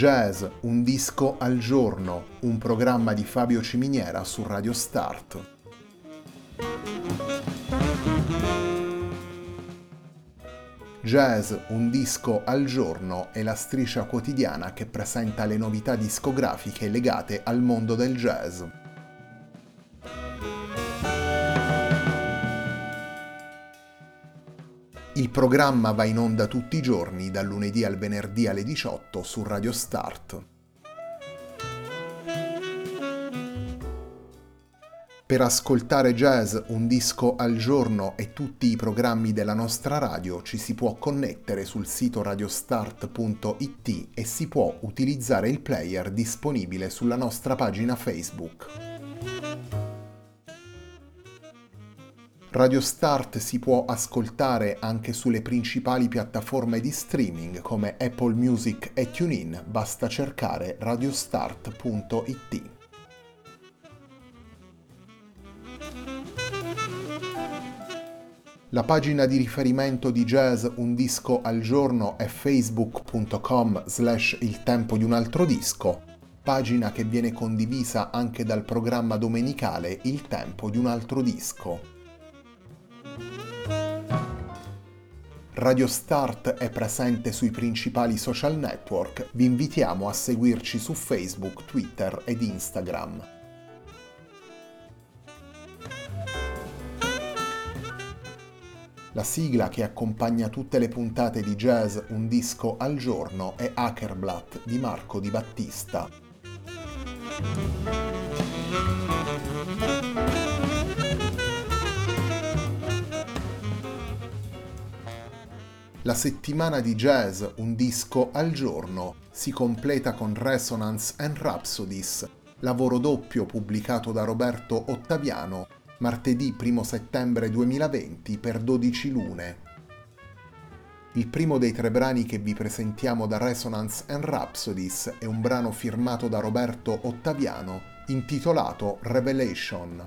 Jazz, un disco al giorno, un programma di Fabio Ciminiera su Radio Start. Jazz, un disco al giorno è la striscia quotidiana che presenta le novità discografiche legate al mondo del jazz. Il programma va in onda tutti i giorni, dal lunedì al venerdì alle 18 su Radio Start. Per ascoltare Jazz, un disco al giorno e tutti i programmi della nostra radio ci si può connettere sul sito radiostart.it e si può utilizzare il player disponibile sulla nostra pagina Facebook. Radio Start si può ascoltare anche sulle principali piattaforme di streaming come Apple Music e TuneIn, basta cercare radiostart.it. La pagina di riferimento di Jazz Un Disco al Giorno è facebook.com/il tempo di un altro disco, pagina che viene condivisa anche dal programma domenicale Il tempo di un altro disco. Radio Start è presente sui principali social network, vi invitiamo a seguirci su Facebook, Twitter ed Instagram. La sigla che accompagna tutte le puntate di Jazz Un Disco al Giorno è Hackerblatt di Marco Di Battista. La settimana di Jazz Un Disco al Giorno si completa con Resonance and Rhapsodies, lavoro doppio pubblicato da Roberto Ottaviano martedì 1 settembre 2020 per 12 lune. Il primo dei 3 brani che vi presentiamo da Resonance and Rhapsodies è un brano firmato da Roberto Ottaviano intitolato Revelation.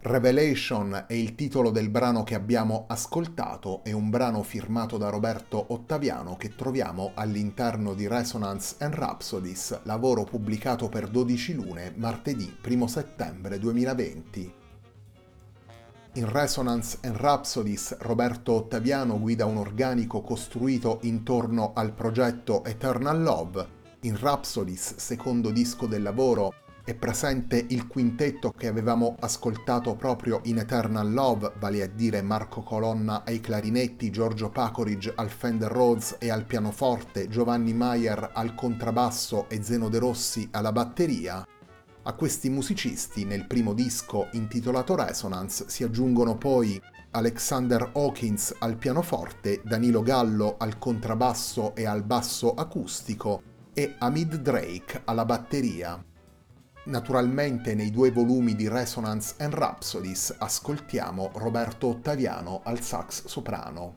Revelation è il titolo del brano che abbiamo ascoltato, è un brano firmato da Roberto Ottaviano che troviamo all'interno di Resonance and Rhapsodies, lavoro pubblicato per 12 lune martedì 1 settembre 2020. In Resonance and Rhapsodies Roberto Ottaviano guida un organico costruito intorno al progetto Eternal Love. In Rhapsodies, secondo disco del lavoro, è presente il quintetto che avevamo ascoltato proprio in Eternal Love, vale a dire Marco Colonna ai clarinetti, Giorgio Pacoridge al Fender Rhodes e al pianoforte, Giovanni Maier al contrabbasso e Zeno De Rossi alla batteria. A questi musicisti, nel primo disco intitolato Resonance, si aggiungono poi Alexander Hawkins al pianoforte, Danilo Gallo al contrabbasso e al basso acustico e Hamid Drake alla batteria. Naturalmente nei due volumi di Resonance and Rhapsodies ascoltiamo Roberto Ottaviano al sax soprano.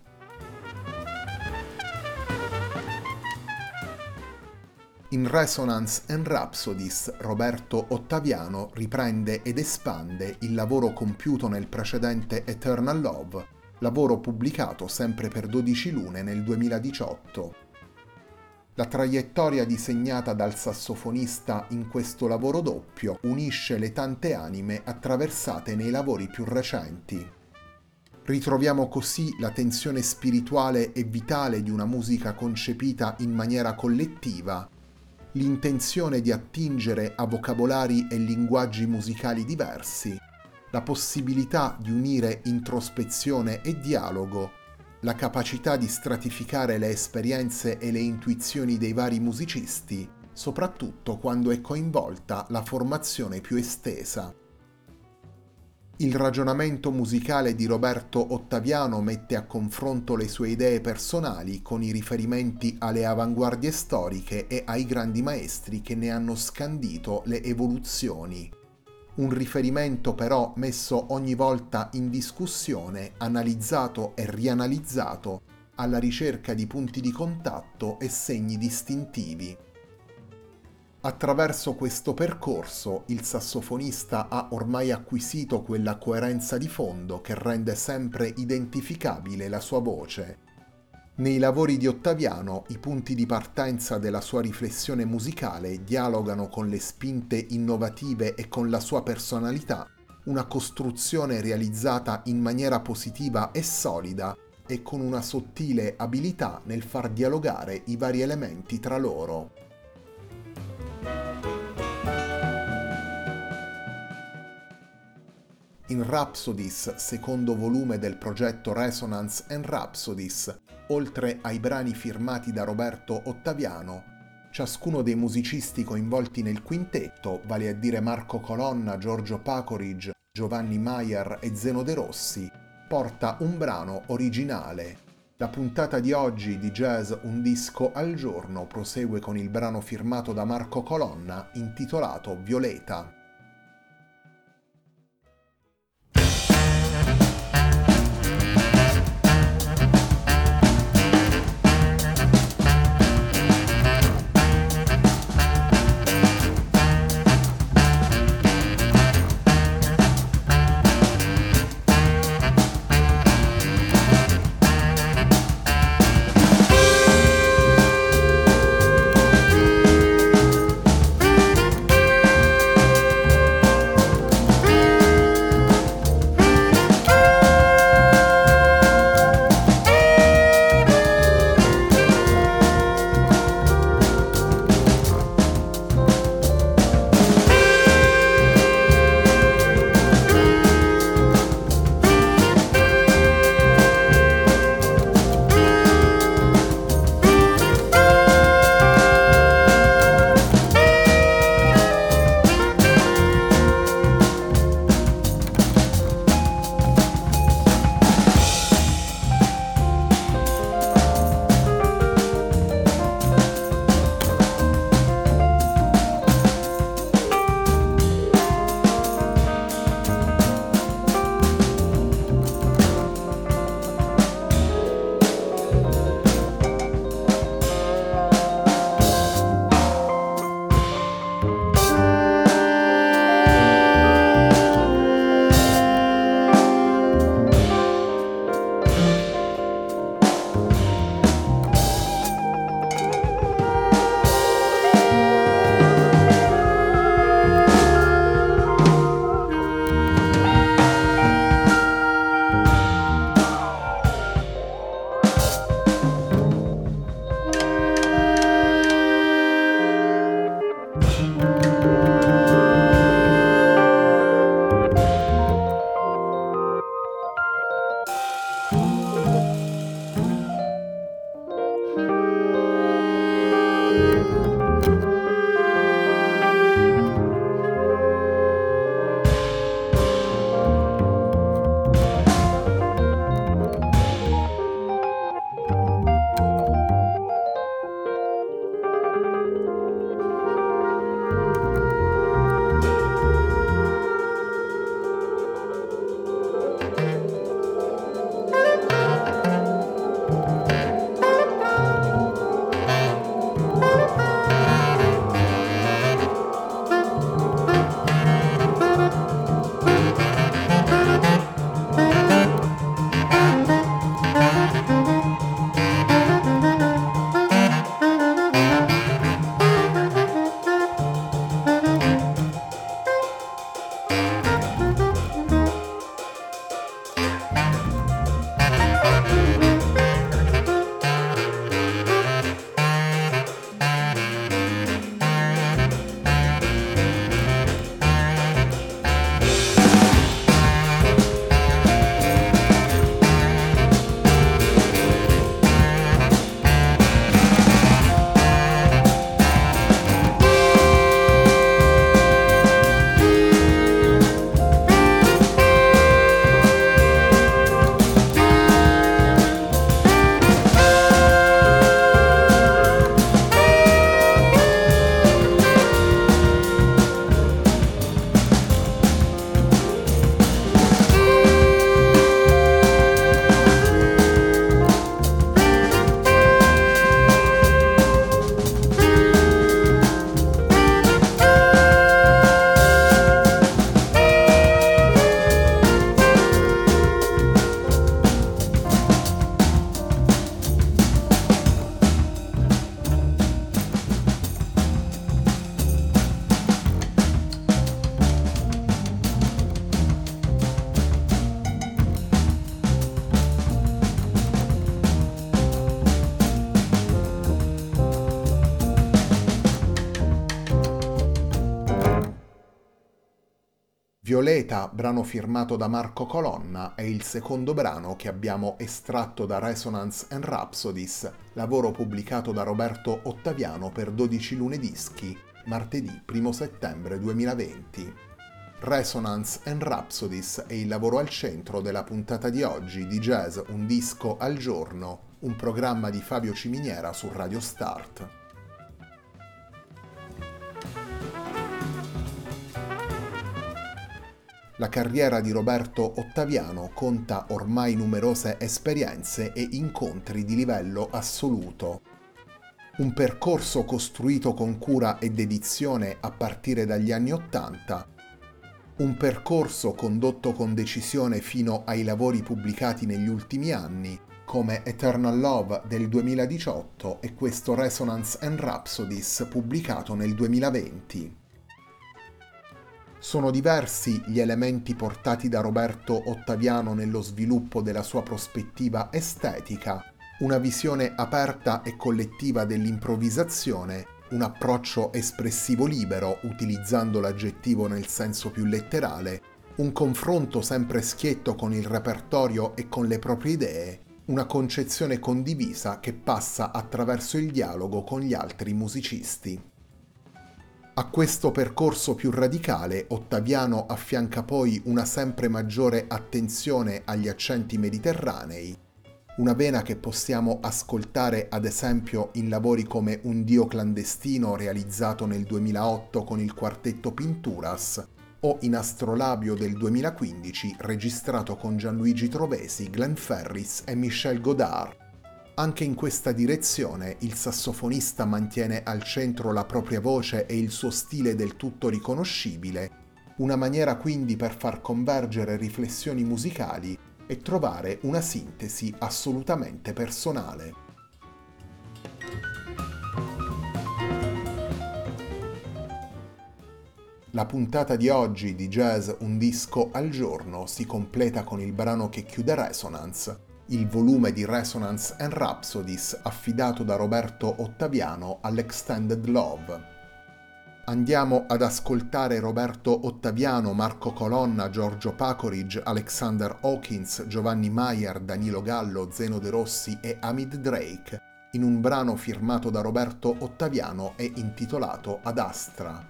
In Resonance and Rhapsodies Roberto Ottaviano riprende ed espande il lavoro compiuto nel precedente Eternal Love, lavoro pubblicato sempre per 12 lune nel 2018. La traiettoria disegnata dal sassofonista in questo lavoro doppio unisce le tante anime attraversate nei lavori più recenti. Ritroviamo così la tensione spirituale e vitale di una musica concepita in maniera collettiva, l'intenzione di attingere a vocabolari e linguaggi musicali diversi, la possibilità di unire introspezione e dialogo, la capacità di stratificare le esperienze e le intuizioni dei vari musicisti, soprattutto quando è coinvolta la formazione più estesa. Il ragionamento musicale di Roberto Ottaviano mette a confronto le sue idee personali con i riferimenti alle avanguardie storiche e ai grandi maestri che ne hanno scandito le evoluzioni. Un riferimento però messo ogni volta in discussione, analizzato e rianalizzato, alla ricerca di punti di contatto e segni distintivi. Attraverso questo percorso il sassofonista ha ormai acquisito quella coerenza di fondo che rende sempre identificabile la sua voce. Nei lavori di Ottaviano i punti di partenza della sua riflessione musicale dialogano con le spinte innovative e con la sua personalità, una costruzione realizzata in maniera positiva e solida e con una sottile abilità nel far dialogare i vari elementi tra loro. In Rhapsodies, secondo volume del progetto Resonance and Rhapsodies, oltre ai brani firmati da Roberto Ottaviano, ciascuno dei musicisti coinvolti nel quintetto, vale a dire Marco Colonna, Giorgio Pacoridge, Giovanni Maier e Zeno De Rossi, porta un brano originale. La puntata di oggi di Jazz Un disco al giorno prosegue con il brano firmato da Marco Colonna intitolato Violeta. Violeta, brano firmato da Marco Colonna, è il secondo brano che abbiamo estratto da Resonance and Rhapsodies, lavoro pubblicato da Roberto Ottaviano per 12 lunedischi, martedì 1 settembre 2020. Resonance and Rhapsodies è il lavoro al centro della puntata di oggi di Jazz Un disco al giorno, un programma di Fabio Ciminiera su Radio Start. La carriera di Roberto Ottaviano conta ormai numerose esperienze e incontri di livello assoluto. Un percorso costruito con cura e dedizione a partire dagli anni '80, un percorso condotto con decisione fino ai lavori pubblicati negli ultimi anni, come Eternal Love del 2018 e questo Resonance and Rhapsodies pubblicato nel 2020. Sono diversi gli elementi portati da Roberto Ottaviano nello sviluppo della sua prospettiva estetica, una visione aperta e collettiva dell'improvvisazione, un approccio espressivo libero, utilizzando l'aggettivo nel senso più letterale, un confronto sempre schietto con il repertorio e con le proprie idee, una concezione condivisa che passa attraverso il dialogo con gli altri musicisti. A questo percorso più radicale, Ottaviano affianca poi una sempre maggiore attenzione agli accenti mediterranei, una vena che possiamo ascoltare ad esempio in lavori come Un Dio clandestino realizzato nel 2008 con il quartetto Pinturas o in Astrolabio del 2015 registrato con Gianluigi Trovesi, Glenn Ferris e Michel Godard. Anche in questa direzione il sassofonista mantiene al centro la propria voce e il suo stile del tutto riconoscibile, una maniera quindi per far convergere riflessioni musicali e trovare una sintesi assolutamente personale. La puntata di oggi di Jazz Un disco al giorno si completa con il brano che chiude Resonance, il volume di Resonance and Rhapsodies affidato da Roberto Ottaviano all'Extended Love. Andiamo ad ascoltare Roberto Ottaviano, Marco Colonna, Giorgio Pacoridge, Alexander Hawkins, Giovanni Maier, Danilo Gallo, Zeno De Rossi e Hamid Drake in un brano firmato da Roberto Ottaviano e intitolato Ad Astra.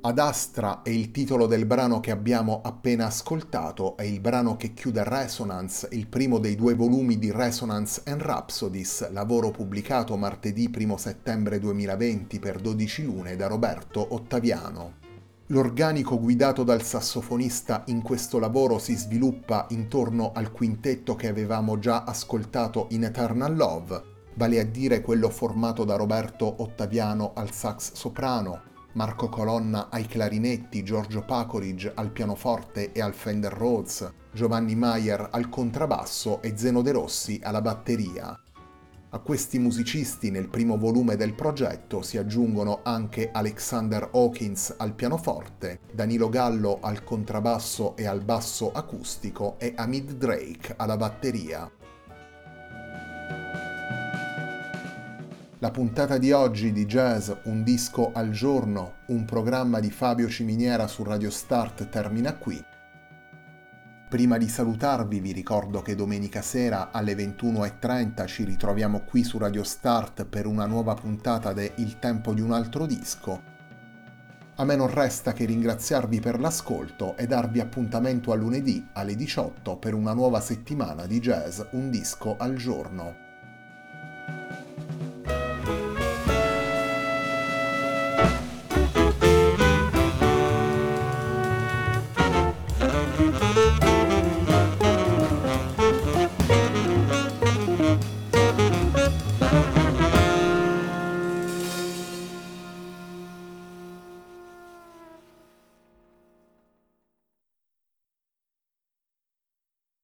Ad Astra è il titolo del brano che abbiamo appena ascoltato, è il brano che chiude Resonance, il primo dei 2 volumi di Resonance and Rhapsodies, lavoro pubblicato martedì 1 settembre 2020 per 12 lune da Roberto Ottaviano. L'organico guidato dal sassofonista in questo lavoro si sviluppa intorno al quintetto che avevamo già ascoltato in Eternal Love, vale a dire quello formato da Roberto Ottaviano al sax soprano, Marco Colonna ai clarinetti, Giorgio Pacorig al pianoforte e al Fender Rhodes, Giovanni Maier al contrabbasso e Zeno De Rossi alla batteria. A questi musicisti nel primo volume del progetto si aggiungono anche Alexander Hawkins al pianoforte, Danilo Gallo al contrabbasso e al basso acustico e Hamid Drake alla batteria. La puntata di oggi di Jazz Un disco al giorno, un programma di Fabio Ciminiera su Radio Start termina qui. Prima di salutarvi vi ricordo che domenica sera alle 21:30 ci ritroviamo qui su Radio Start per una nuova puntata de Il tempo di un altro disco. A me non resta che ringraziarvi per l'ascolto e darvi appuntamento a lunedì alle 18 per una nuova settimana di Jazz Un disco al giorno.